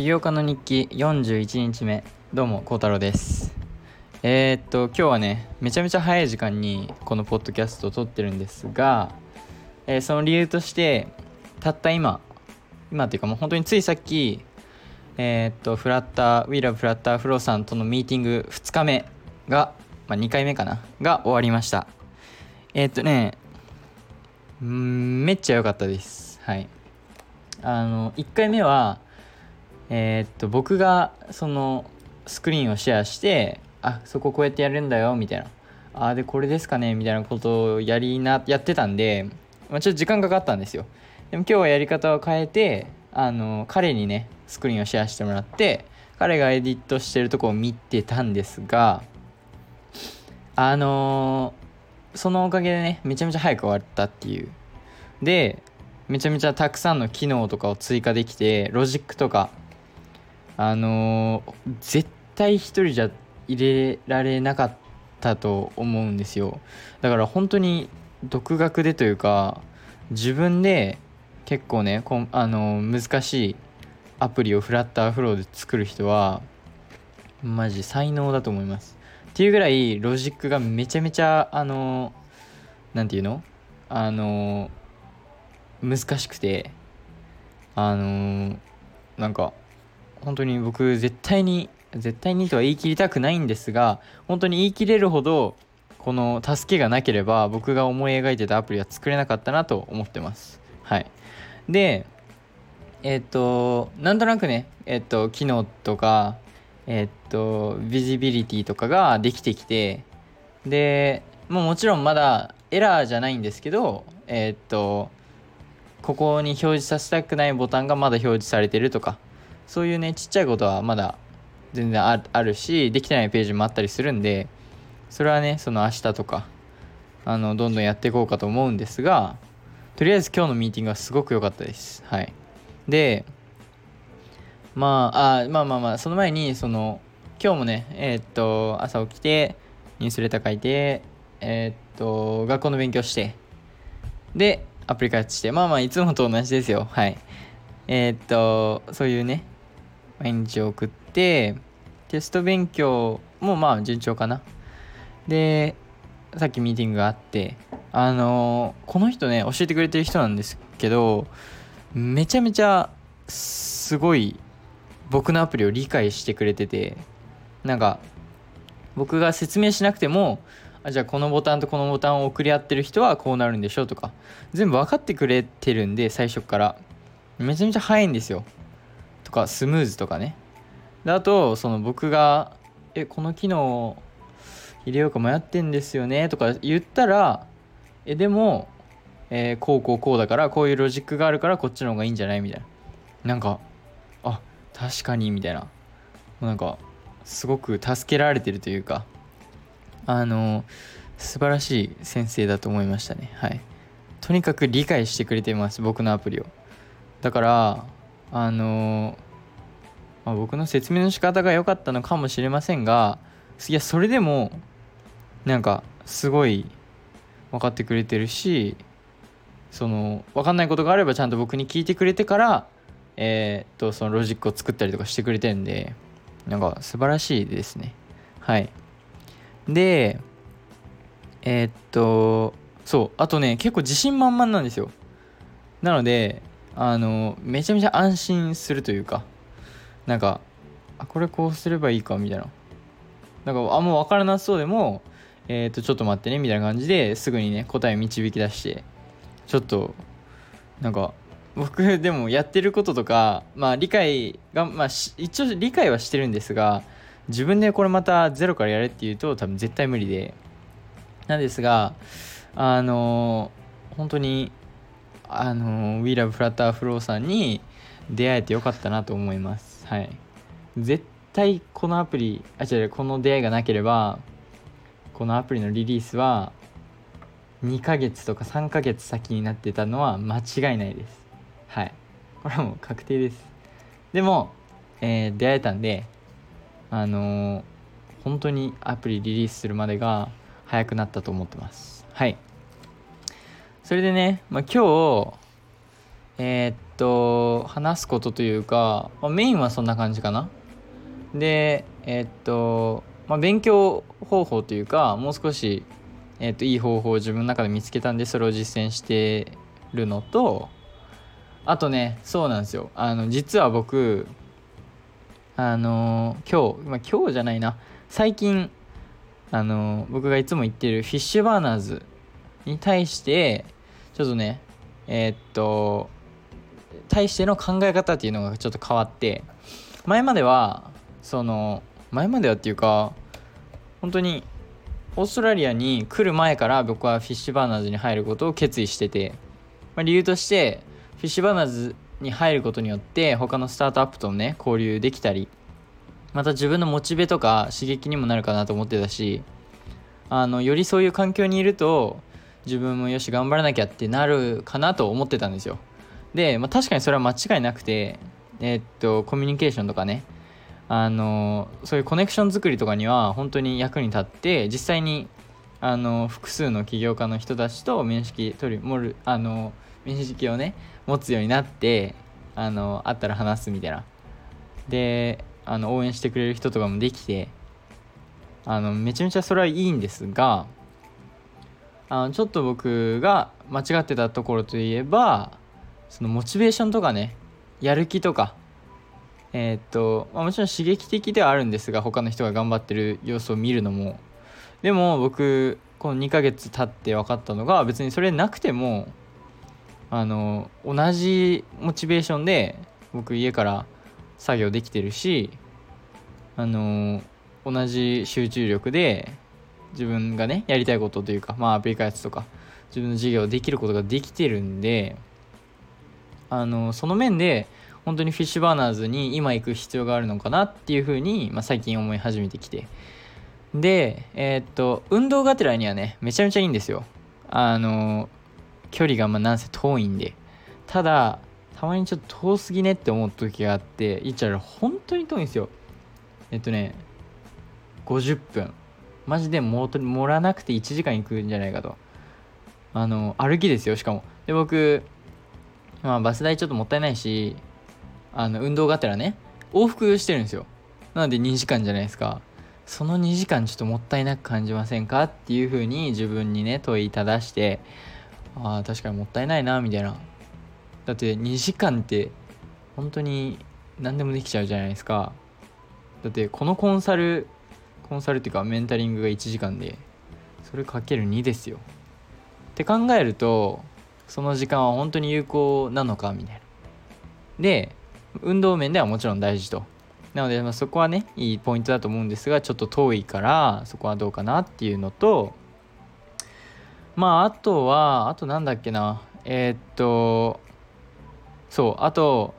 起業家の日記41日目。どうも幸太郎です。今日はねめちゃめちゃ早い時間にこのポッドキャストを撮ってるんですが、その理由としてたった今っていうかもう本当についさっきフラッター We Love フラッターフローさんとのミーティング2日目が、2回目かなが終わりました。めっちゃ良かったです。はい。1回目は僕がそのスクリーンをシェアして、そここうやってやるんだよみたいな、でこれですかねみたいなことをやってたんで、ちょっと時間かかったんですよ。でも今日はやり方を変えて彼にねスクリーンをシェアしてもらって、彼がエディットしてるとこを見てたんですが、そのおかげでねめちゃめちゃ早く終わったっていう。でめちゃめちゃたくさんの機能とかを追加できて、ロジックとか絶対一人じゃ入れられなかったと思うんですよ。だから本当に独学でというか、自分で結構ね難しいアプリをフラッターフローで作る人はマジ才能だと思います。っていうぐらいロジックがめちゃめちゃなんていうの難しくて、なんか本当に僕絶対にとは言い切りたくないんですが、本当に言い切れるほどこの助けがなければ僕が思い描いてたアプリは作れなかったなと思ってます。はい。でなんとなくね機能とかビジビリティとかができてきて、でもちろんまだエラーじゃないんですけど、ここに表示させたくないボタンがまだ表示されてるとか、そういうねちっちゃいことはまだ全然あるし、できてないページもあったりするんで、それはねその明日とかどんどんやっていこうかと思うんですが、とりあえず今日のミーティングはすごく良かったです。はい。でその前に今日もね朝起きてニュースレター書いて学校の勉強して、でアプリ開発して、いつもと同じですよ。はい。そういうね毎日を送って、テスト勉強も順調かな。でさっきミーティングがあって、この人ね教えてくれてる人なんですけど、めちゃめちゃすごい僕のアプリを理解してくれてて、なんか僕が説明しなくても、じゃあこのボタンとこのボタンを送り合ってる人はこうなるんでしょとか全部分かってくれてるんで、最初からめちゃめちゃ早いんですよ。とかスムーズとかね。であと僕がこの機能入れようか迷ってんですよねとか言ったら、でも、こうだからこういうロジックがあるからこっちの方がいいんじゃないみたいな、確かにみたいな、なんかすごく助けられてるというか、素晴らしい先生だと思いましたね。はい。とにかく理解してくれてます、僕のアプリを。だから僕の説明の仕方が良かったのかもしれませんが、いやそれでもすごい分かってくれてるし、分かんないことがあればちゃんと僕に聞いてくれてからそのロジックを作ったりとかしてくれてるんで、素晴らしいですね。はい。でそうあとね結構自信満々なんですよ。なのでめちゃめちゃ安心するというか、これこうすればいいかみたいな、もう分からなそうでもちょっと待ってねみたいな感じですぐにね答え導き出して、ちょっと僕でもやってることとか理解が一応理解はしてるんですが、自分でこれまたゼロからやれっていうと多分絶対無理でなんですが、本当にWe Love Flutter Flow さんに出会えてよかったなと思います。はい。絶対このアプリこの出会いがなければこのアプリのリリースは2ヶ月とか3ヶ月先になってたのは間違いないです。はい。これはもう確定です。でも、出会えたんで本当にアプリリリースするまでが早くなったと思ってます。はい。それでね、今日話すことというか、メインはそんな感じかな。で勉強方法というか、もう少しいい方法を自分の中で見つけたんで、それを実践してるのと、あとね、そうなんですよ、実は僕今日じゃないな、最近僕がいつも言ってるフィッシュバーナーズに対してちょっとね対しての考え方っていうのがちょっと変わって、前まではっていうか、本当にオーストラリアに来る前から僕はフィッシュバーナーズに入ることを決意してて、理由としてフィッシュバーナーズに入ることによって他のスタートアップともね交流できたり、また自分のモチベとか刺激にもなるかなと思ってたし、よりそういう環境にいると自分もよし頑張らなきゃってなるかなと思ってたんですよ。で、確かにそれは間違いなくて、コミュニケーションとかね、そういうコネクション作りとかには本当に役に立って、実際に複数の起業家の人たちと面識をね持つようになって、会ったら話すみたいな、で応援してくれる人とかもできて、めちゃめちゃそれはいいんですが、ちょっと僕が間違ってたところといえば、そのモチベーションとかね、やる気とか、もちろん刺激的ではあるんですが、他の人が頑張ってる様子を見るのも。でも僕この2ヶ月経って分かったのが、別にそれなくても同じモチベーションで僕家から作業できてるし、同じ集中力で自分がねやりたいことというか、アプリ開発とか自分の事業をできることができてるんで、その面で本当にフィッシュバーナーズに今行く必要があるのかなっていうふうに、最近思い始めてきて、で運動がてらにはねめちゃめちゃいいんですよ。距離がなんせ遠いんで。ただたまにちょっと遠すぎねって思う時があって、言っちゃう本当に遠いんですよ。50分マジで盛らなくて1時間行くんじゃないかと。歩きですよ、しかも。で僕バス代ちょっともったいないし、運動がてらね往復してるんですよ。なので2時間じゃないですか。その2時間ちょっともったいなく感じませんかっていう風に自分にね問いただして、確かにもったいないなみたいな。だって2時間って本当に何でもできちゃうじゃないですか。だってこのコンサルっていうかメンタリングが1時間で、それかける2ですよって考えると、その時間は本当に有効なのかみたいな。で運動面ではもちろん大事と。なので、そこはねいいポイントだと思うんですが、ちょっと遠いからそこはどうかなっていうのと、あとなんだっけな、そうあと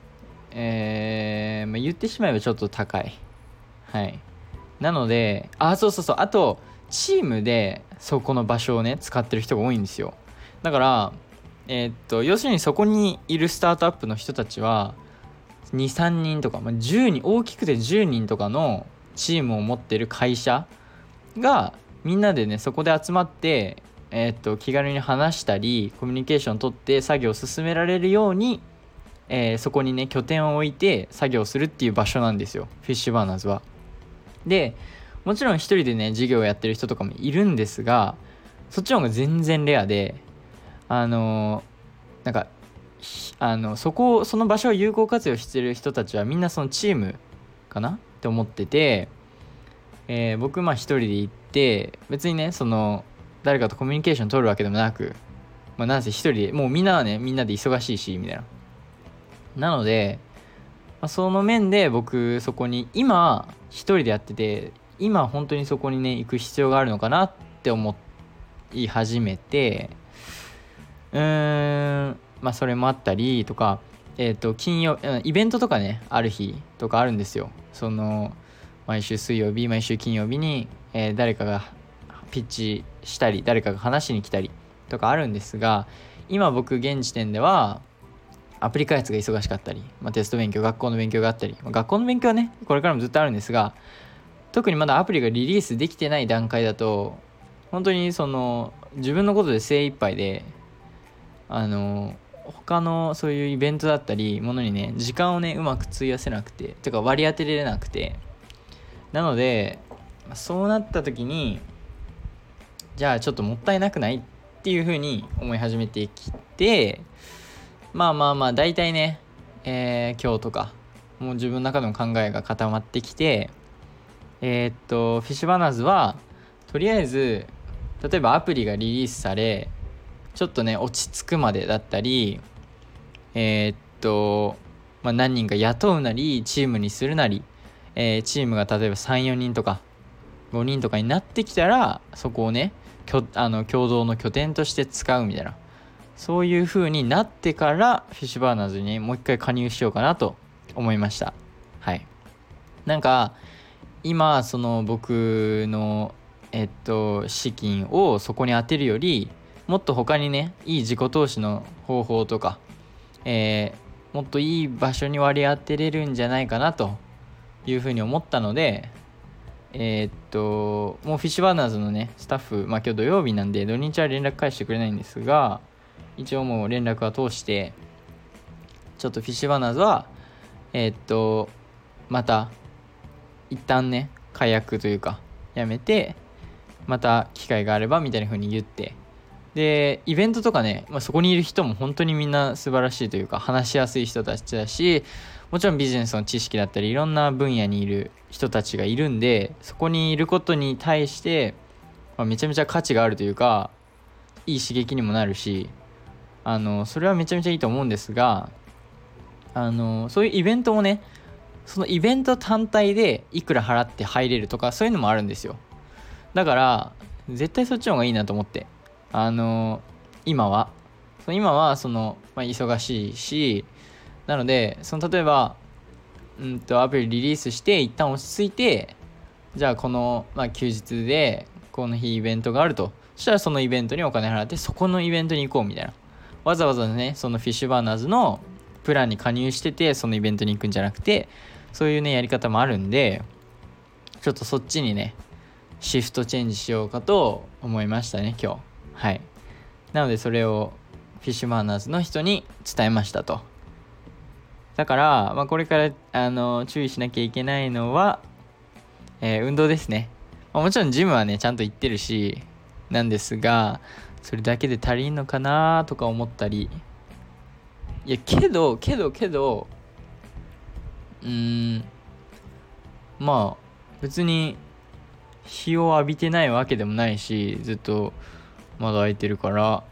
言ってしまえばちょっと高い。はい。なのでそうあとチームでそこの場所をね使ってる人が多いんですよ。だから要するにそこにいるスタートアップの人たちは 2,3 人とか、10人、大きくて10人とかのチームを持ってる会社がみんなでねそこで集まって、気軽に話したりコミュニケーション取って作業を進められるように、そこにね拠点を置いて作業するっていう場所なんですよ、フィッシュバーナーズは。でもちろん一人でね事業をやってる人とかもいるんですが、そっちの方が全然レアで、なんかその場所を有効活用してる人たちはみんなそのチームかなって思ってて、僕一人で行って、別にね誰かとコミュニケーション取るわけでもなく、なんせ一人で、もうみんなはねみんなで忙しいしみたいなので、その面で僕そこに今一人でやってて、今本当にそこにね行く必要があるのかなって思い始めて、それもあったりとか、金曜イベントとかねある日とかあるんですよ。毎週水曜日毎週金曜日に、誰かがピッチしたり誰かが話しに来たりとかあるんですが、今僕現時点ではアプリ開発が忙しかったり、テスト勉強、学校の勉強があったり、学校の勉強はねこれからもずっとあるんですが、特にまだアプリがリリースできてない段階だと本当に自分のことで精一杯で他のそういうイベントだったりものにね時間をねうまく費やせなくててか割り当てれなくて、なのでそうなった時にじゃあちょっともったいなくないっていう風に思い始めてきて、まあまあまあ大体ね、今日とかもう自分の中でも考えが固まってきて、フィッシュバナーズはとりあえず例えばアプリがリリースされちょっとね落ち着くまでだったり、何人か雇うなりチームにするなり、チームが例えば 3,4 人とか5人とかになってきたらそこをね共同の拠点として使うみたいな、そういう風になってからフィッシュバーナーズにもう一回加入しようかなと思いました。はい。なんか今その僕の資金をそこに当てるよりもっと他にねいい自己投資の方法とか、もっといい場所に割り当てれるんじゃないかなというふうに思ったので、もうフィッシュバーナーズのねスタッフ、今日土曜日なんで土日は連絡返してくれないんですが、一応もう連絡は通してちょっとフィッシュバーナーズはまた一旦ね解約というかやめてまた機会があればみたいな風に言って、でイベントとかね、そこにいる人も本当にみんな素晴らしいというか話しやすい人たちだし、もちろんビジネスの知識だったりいろんな分野にいる人たちがいるんで、そこにいることに対して、めちゃめちゃ価値があるというかいい刺激にもなるし、それはめちゃめちゃいいと思うんですが、そういうイベントもねそのイベント単体でいくら払って入れるとかそういうのもあるんですよ。だから絶対そっちの方がいいなと思って、今は忙しいし、なので例えばアプリリリースして一旦落ち着いて、じゃあこの、休日でこの日イベントがあるとしたらそのイベントにお金払ってそこのイベントに行こうみたいな、わざわざねそのフィッシュバーナーズのプランに加入しててそのイベントに行くんじゃなくて、そういうねやり方もあるんで、ちょっとそっちにねシフトチェンジしようかと思いましたね今日。はい。なのでそれをフィッシュバーナーズの人に伝えましたと。だから、これから注意しなきゃいけないのは、運動ですね。もちろんジムはねちゃんと行ってるしなんですが、それだけで足りんのかなとか思ったり、いやけど別に日を浴びてないわけでもないし、ずっとまだ空いてるから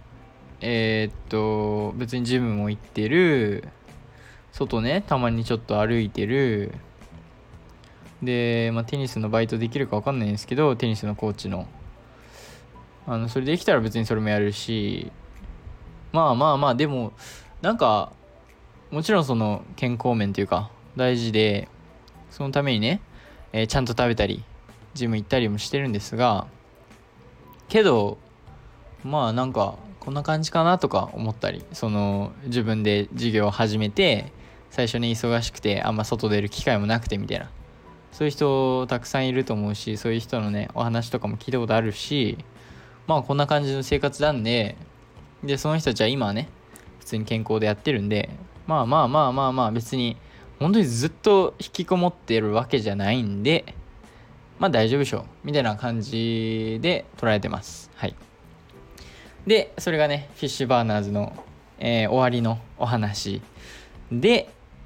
別にジムも行ってる、外ねたまにちょっと歩いてるで、テニスのバイトできるか分かんないんですけど、テニスのコーチのそれできたら別にそれもやるし、でもなんかもちろんその健康面というか大事で、そのためにね、ちゃんと食べたりジム行ったりもしてるんですが、けどなんかこんな感じかなとか思ったり、自分で授業を始めて最初に忙しくてあんま外出る機会もなくてみたいな、そういう人たくさんいると思うし、そういう人のねお話とかも聞いたことあるし、こんな感じの生活なんで、その人たちは今はね普通に健康でやってるんで、別に本当にずっと引きこもってるわけじゃないんで、大丈夫でしょみたいな感じで捉えてます。はい。でそれがねフィッシュバーナーズの、終わりのお話で、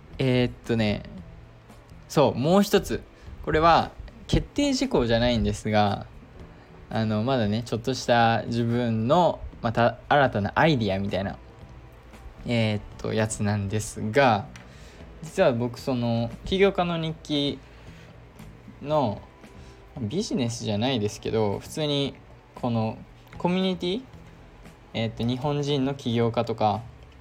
そうもう一つ、これは決定事項じゃないんですが、まだねちょっとした自分のまた新たなアイディアみたいなやつなんですが、実は僕その起業家の日記のビジネスじゃないですけど、普通にこのコミュニティ、日本人の起業家とか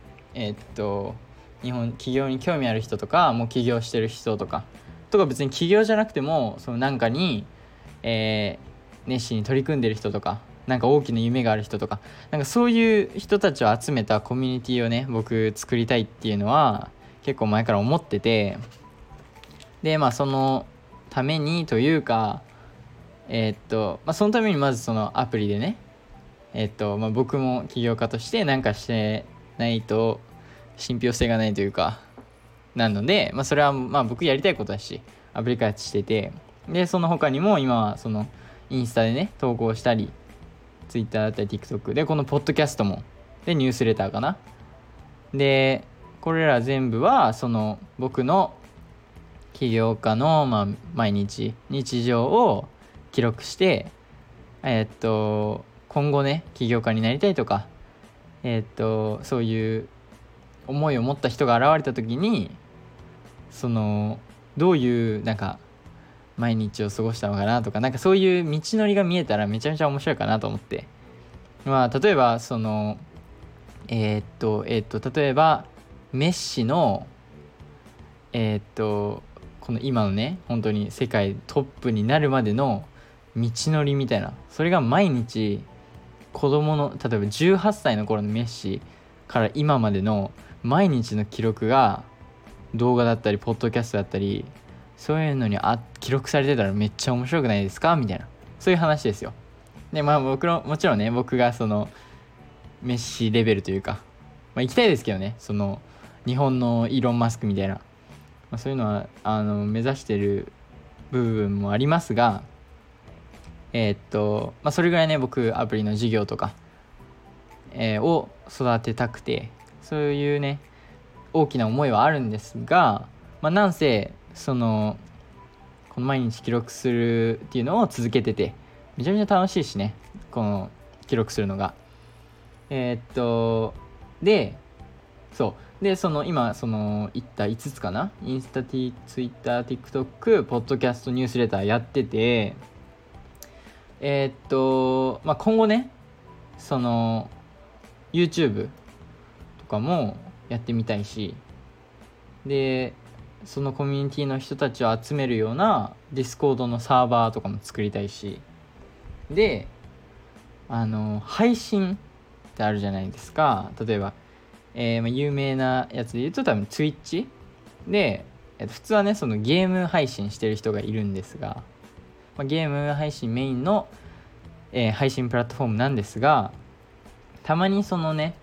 日本起業に興味ある人とか、もう起業してる人とか別に起業じゃなくてもそのなんかに、熱心に取り組んでる人とか、なんか大きな夢がある人とか、なんかそういう人たちを集めたコミュニティをね僕作りたいっていうのは結構前から思ってて、でそのためにというかそのためにまずそのアプリでね僕も起業家としてなんかしてないと信憑性がないというか、なので、それは僕やりたいことだしアプリ開発してて、でその他にも今はそのインスタでね投稿したり、ツイッターだったり TikTok で、このポッドキャストもで、ニュースレターかな。でこれら全部はその僕の起業家の毎日日常を記録して、今後ね起業家になりたいとか、そういう思いを持った人が現れた時に、そのどういうなんか毎日を過ごしたのかなとか、なんかそういう道のりが見えたらめちゃめちゃ面白いかなと思って、例えばその例えばメッシのこの今のね本当に世界トップになるまでの道のりみたいな、それが毎日子供の例えば18歳の頃のメッシから今までの毎日の記録が動画だったりポッドキャストだったり、そういうのに記録されてたらめっちゃ面白くないですかみたいな、そういう話ですよ。でもちろんね僕がそのメッシレベルというか、行きたいですけどね、その日本のイーロン・マスクみたいな、そういうのは目指してる部分もありますが、それぐらいね僕アプリの事業とか、を育てたくて、そういうね大きな思いはあるんですが、なんせこの毎日記録するっていうのを続けててめちゃめちゃ楽しいしね、この記録するのがでその今その言った5つかな、インスタ、ツイッター、TikTok、ポッドキャスト、ニュースレターやってて、今後ねその YouTube とかもやってみたいし、でそのコミュニティの人たちを集めるような Discord のサーバーとかも作りたいし、で配信ってあるじゃないですか。例えば、有名なやつで言うと多分 Twitch で、普通はねそのゲーム配信してる人がいるんですが、ゲーム配信メインの、配信プラットフォームなんですが、たまにそのね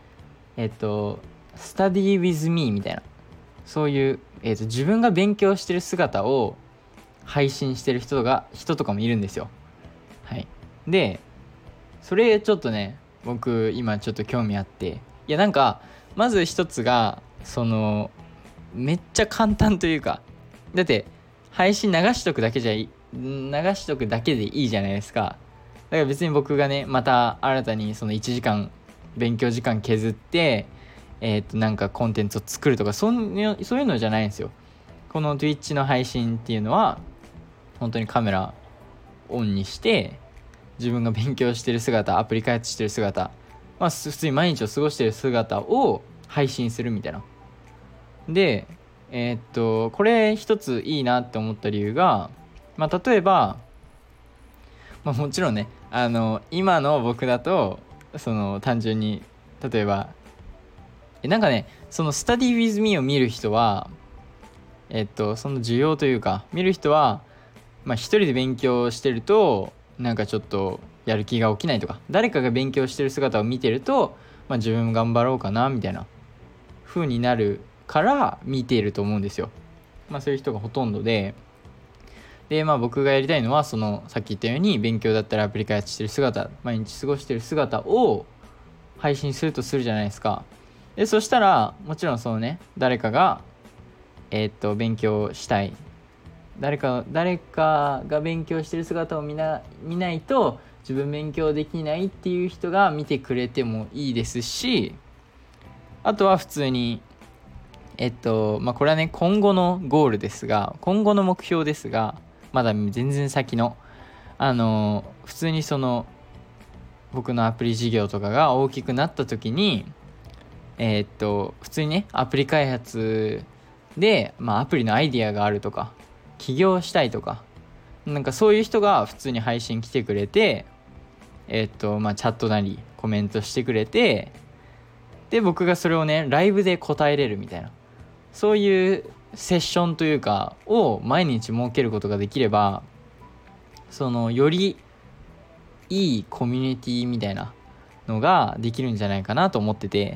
Study with me みたいな、そういう、自分が勉強してる姿を配信してる人とかもいるんですよ。はい。でそれちょっとね僕今ちょっと興味あって、いやなんかまず一つがそのめっちゃ簡単というか、だって配信流しとくだけでいいじゃないですか。だから別に僕がねまた新たにその1時間勉強時間削ってなんかコンテンツを作るとかそういうのじゃないんですよ。この Twitch の配信っていうのは本当にカメラオンにして自分が勉強してる姿、アプリ開発してる姿、普通に毎日を過ごしてる姿を配信するみたいな。でこれ一ついいなって思った理由が、例えば、もちろんね今の僕だとその単純に例えばなんかねその Study with me を見る人はその需要というか見る人は一人で勉強してるとなんかちょっとやる気が起きないとか、誰かが勉強してる姿を見てると、自分も頑張ろうかなみたいな風になるから見ていると思うんですよ。そういう人がほとんどで、僕がやりたいのはそのさっき言ったように勉強だったりアプリ開発してる姿、毎日過ごしてる姿を配信するとするじゃないですか。でそしたらもちろんそのね誰かが勉強したい、誰かが勉強してる姿を見ないと自分勉強できないっていう人が見てくれてもいいですし、あとは普通にこれはね今後のゴールですが、今後の目標ですが、まだ全然先の普通にその僕のアプリ事業とかが大きくなった時に普通にねアプリ開発で、アプリのアイディアがあるとか起業したいとか、なんかそういう人が普通に配信来てくれてチャットなりコメントしてくれて、で僕がそれをねライブで答えれるみたいな、そういうセッションというかを毎日設けることができれば、そのよりいいコミュニティみたいなのができるんじゃないかなと思ってて、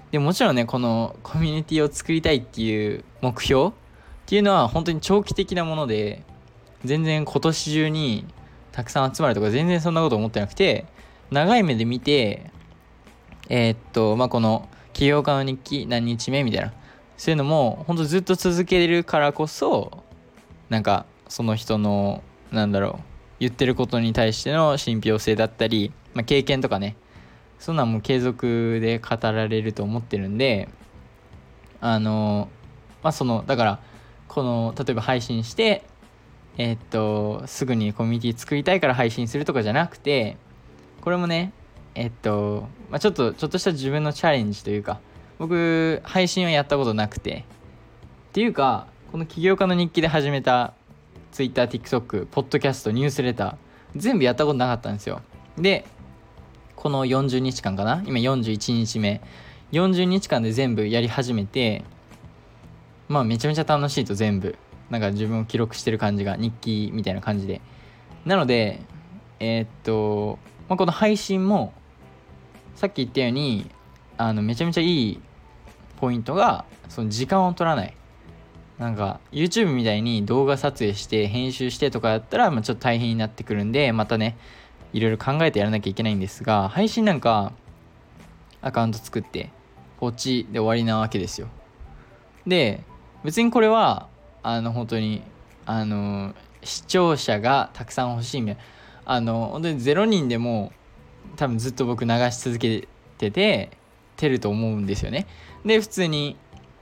でもちろんね、このコミュニティを作りたいっていう目標っていうのは本当に長期的なもので、全然今年中にたくさん集まるとか全然そんなこと思ってなくて、長い目で見て、この起業家の日記何日目みたいな、そういうのも本当ずっと続けるからこそ、なんかその人の言ってることに対しての信憑性だったり、経験とかね、そんなんも継続で語られると思ってるんで、だからこの例えば配信してすぐにコミュニティ作りたいから配信するとかじゃなくて、これもねちょっとした自分のチャレンジというか、僕配信はやったことなくて、っていうかこの起業家の日記で始めた Twitter、TikTok、ポッドキャスト、ニュースレター全部やったことなかったんですよ。でこの40日間かな、今41日目、40日間で全部やり始めて、めちゃめちゃ楽しいと、全部なんか自分を記録してる感じが日記みたいな感じで、なのでこの配信もさっき言ったようにめちゃめちゃいいポイントが、その時間を取らない。なんか YouTube みたいに動画撮影して編集してとかやったら、ちょっと大変になってくるんで、またねいろいろ考えてやらなきゃいけないんですが、配信なんかアカウント作ってポチで終わりなわけですよ。で別にこれは本当に視聴者がたくさん欲しいみたいな、本当に0人でも多分ずっと僕流し続けてると思うんですよね。で普通に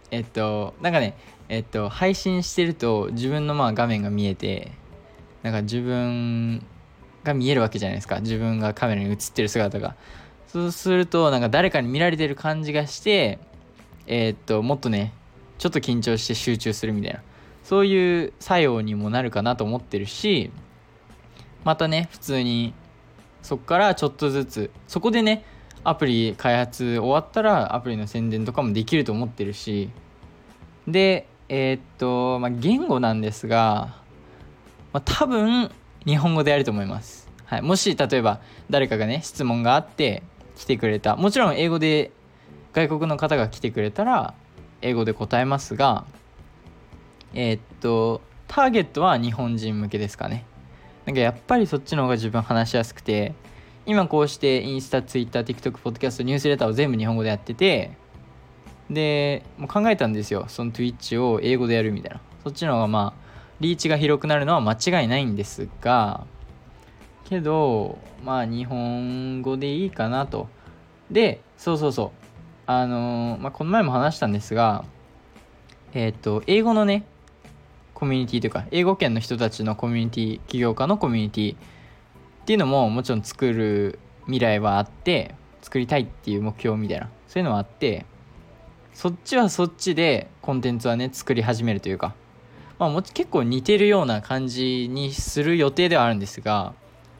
配信してると自分の画面が見えて、なんか自分が見えるわけじゃないですか、自分がカメラに映ってる姿が。そうするとなんか誰かに見られてる感じがして、もっとねちょっと緊張して集中するみたいな、そういう作用にもなるかなと思ってるし、またね普通にそこからちょっとずつ、そこでねアプリ開発終わったらアプリの宣伝とかもできると思ってるし、で言語なんですが、多分日本語でやると思います。はい、もし例えば誰かがね質問があって来てくれた、もちろん英語で外国の方が来てくれたら英語で答えますが、ターゲットは日本人向けですかね。なんかやっぱりそっちの方が自分話しやすくて、今こうしてインスタ、ツイッター、TikTok、ポッドキャスト、ニュースレターを全部日本語でやってて、でもう考えたんですよ、その Twitch を英語でやるみたいな。そっちの方がリーチが広くなるのは間違いないんですが、けど日本語でいいかなと。でこの前も話したんですが、英語のねコミュニティというか、英語圏の人たちのコミュニティ、起業家のコミュニティっていうのももちろん作る未来はあって、作りたいっていう目標みたいな、そういうのはあって、そっちはそっちでコンテンツはね作り始めるというか、結構似てるような感じにする予定ではあるんですが、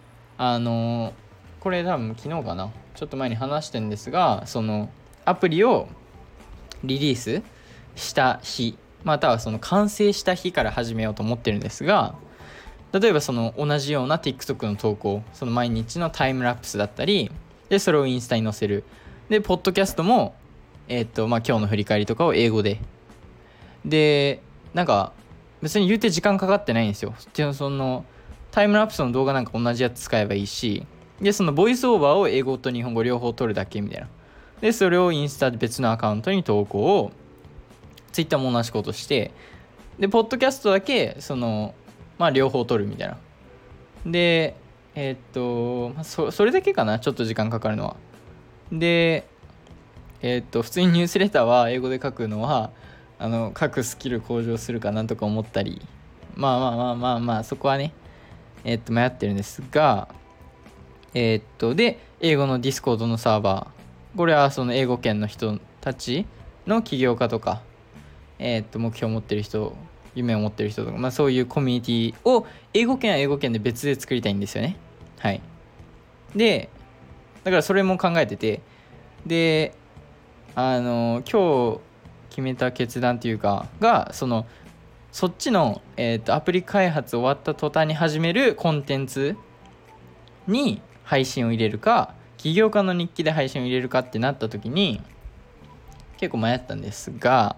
これ多分昨日かな、ちょっと前に話してるんですが、そのアプリをリリースした日、またはその完成した日から始めようと思ってるんですが、例えばその同じような TikTok の投稿、その毎日のタイムラプスだったりで、それをインスタに載せる。でポッドキャストも今日の振り返りとかを英語で、なんか別に言うて時間かかってないんですよ。そのタイムラプスの動画なんか同じやつ使えばいいし、でそのボイスオーバーを英語と日本語両方撮るだけみたいな。でそれをインスタで別のアカウントに投稿を、ツイッターも同じことして、でポッドキャストだけその両方撮るみたいな。でそれだけかな、ちょっと時間かかるのは。で普通にニュースレターは英語で書くのは書くスキル向上するかなとか思ったり、そこはね迷ってるんですが、で英語のディスコードのサーバー、これはその英語圏の人たちの起業家とか目標を持ってる人、夢を持ってる人とか、そういうコミュニティを英語圏は英語圏で別で作りたいんですよね。はい。でだからそれも考えてて、で今日決めた決断というかが、そっちの、アプリ開発終わった途端に始めるコンテンツに配信を入れるか、起業家の日記で配信を入れるかってなった時に、 結構迷ったんですが、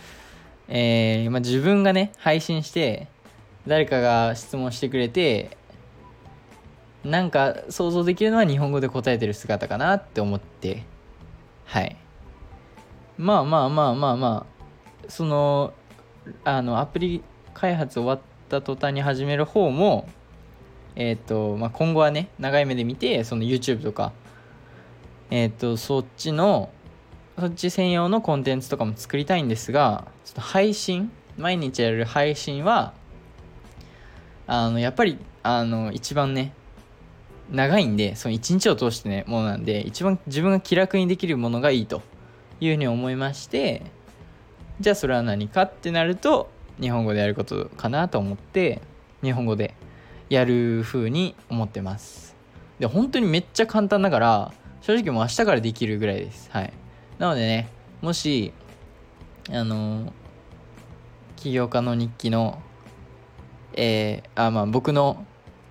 自分がね配信して誰かが質問してくれてなんか想像できるのは日本語で答えてる姿かなって思って、はい、まあそのアプリ開発終わった途端に始める方も今後はね長い目で見てその YouTube とかそっち専用のコンテンツとかも作りたいんですが、ちょっと毎日やる配信はやっぱり一番ね長いんで、その一日を通してねものなんで、一番自分が気楽にできるものがいいというふうに思いまして、じゃあそれは何かってなると日本語でやることかなと思って日本語でやるふうに思ってます。で本当にめっちゃ簡単だから正直もう明日からできるぐらいです。はい。なのでね、もし起業家の日記の僕の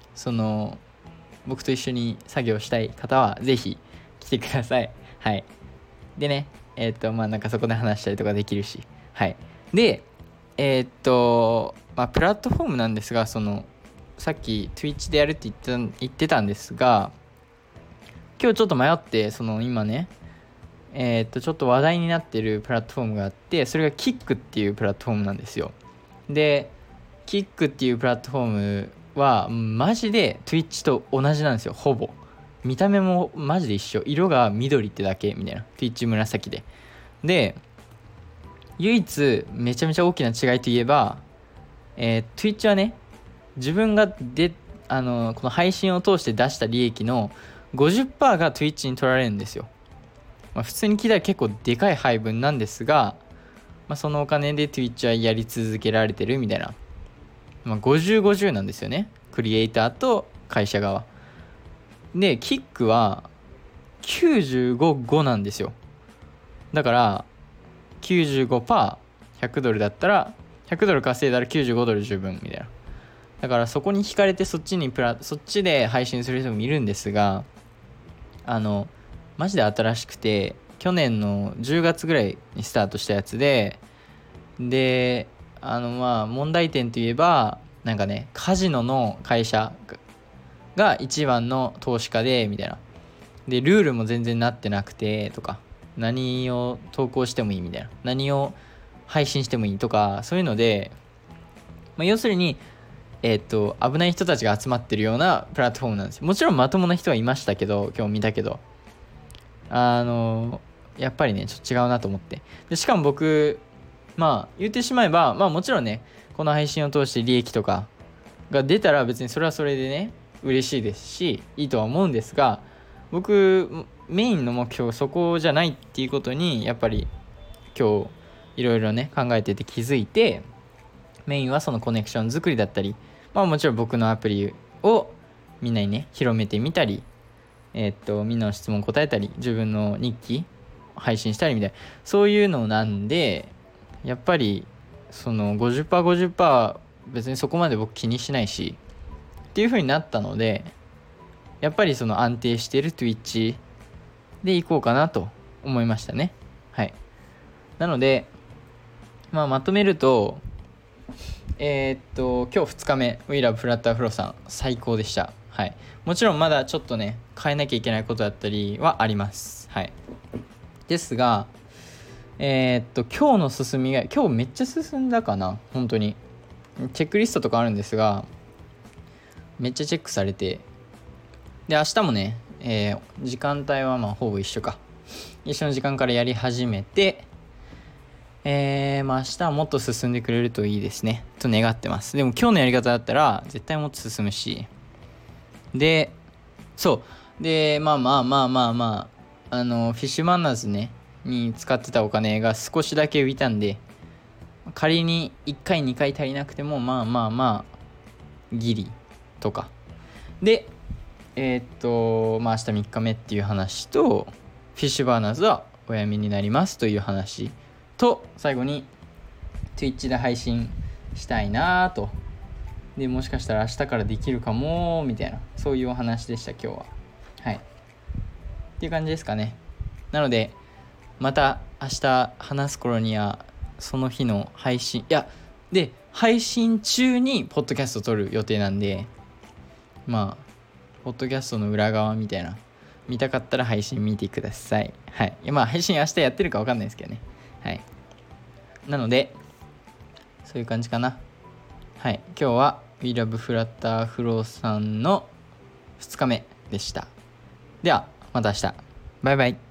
僕と一緒に作業したい方はぜひ来てください。はい。でね、なんかそこで話したりとかできるし、はい。で、プラットフォームなんですが、さっき Twitch でやるって言ってたんですが、今日ちょっと迷って今ねちょっと話題になってるプラットフォームがあって、それが Kick っていうプラットフォームなんですよ。で Kick っていうプラットフォームはマジで Twitch と同じなんですよ。ほぼ見た目もマジで一緒、色が緑ってだけみたいな。 Twitch 紫で唯一めちゃめちゃ大きな違いといえば、Twitch はね自分がこの配信を通して出した利益の 50% が Twitch に取られるんですよ。普通に聞いたら結構でかい配分なんですが、そのお金で Twitch はやり続けられてるみたいな、50-50なんですよね、クリエイターと会社側で。キックは 95-5 なんですよ。だから95%、100ドルだったら100ドル稼いだら95ドル十分みたいな。だからそこに惹かれてそっちで配信する人もいるんですが、マジで新しくて去年の10月ぐらいにスタートしたやつで問題点といえばなんかね、カジノの会社が一番の投資家でみたいな。でルールも全然なってなくてとか、何を投稿してもいいみたいな、何を配信してもいいとか、そういうので、要するに危ない人たちが集まってるようなプラットフォームなんですよ。もちろんまともな人はいましたけど、今日見たけどやっぱりねちょっと違うなと思って。でしかも僕言ってしまえばもちろんねこの配信を通して利益とかが出たら別にそれはそれでね嬉しいですしいいとは思うんですが、僕メインの目標そこじゃないっていうことにやっぱり今日いろいろね考えてて気づいて、メインはそのコネクション作りだったり、もちろん僕のアプリをみんなにね広めてみたり、みんなの質問答えたり、自分の日記配信したりみたいな、そういうのなんで、やっぱりその 50%50% 別にそこまで僕気にしないしっていう風になったので、やっぱりその安定している Twitch でいこうかなと思いましたね。はい。なのでまとめると今日2日目 We Love Flutter Flow さん最高でした。はい。もちろんまだちょっとね変えなきゃいけないことだったりはあります。はい。ですが今日の進みが今日めっちゃ進んだかな。本当にチェックリストとかあるんですがめっちゃチェックされて、で明日もね、時間帯はほぼ一緒の時間からやり始めて、明日はもっと進んでくれるといいですねと願ってます。でも今日のやり方だったら絶対もっと進むし、でそうでフィッシュマンナーズねに使ってたお金が少しだけ浮いたんで、仮に1回2回足りなくてもギリとかで明日3日目っていう話と、フィッシュバーナーズはおやめになりますという話と、最後に Twitch で配信したいなと、でもしかしたら明日からできるかもみたいな、そういうお話でした今日は。はいっていう感じですかね。なのでまた明日話す頃にはその日の配信で配信中にポッドキャスト撮る予定なんで、まあポッドキャストの裏側みたいな見たかったら配信見てください。はい。まあ配信明日やってるか分かんないですけどね。はい。なのでそういう感じかな。はい。今日は We Love Flutter Flow さんの2日目でした。ではまた明日。バイバイ。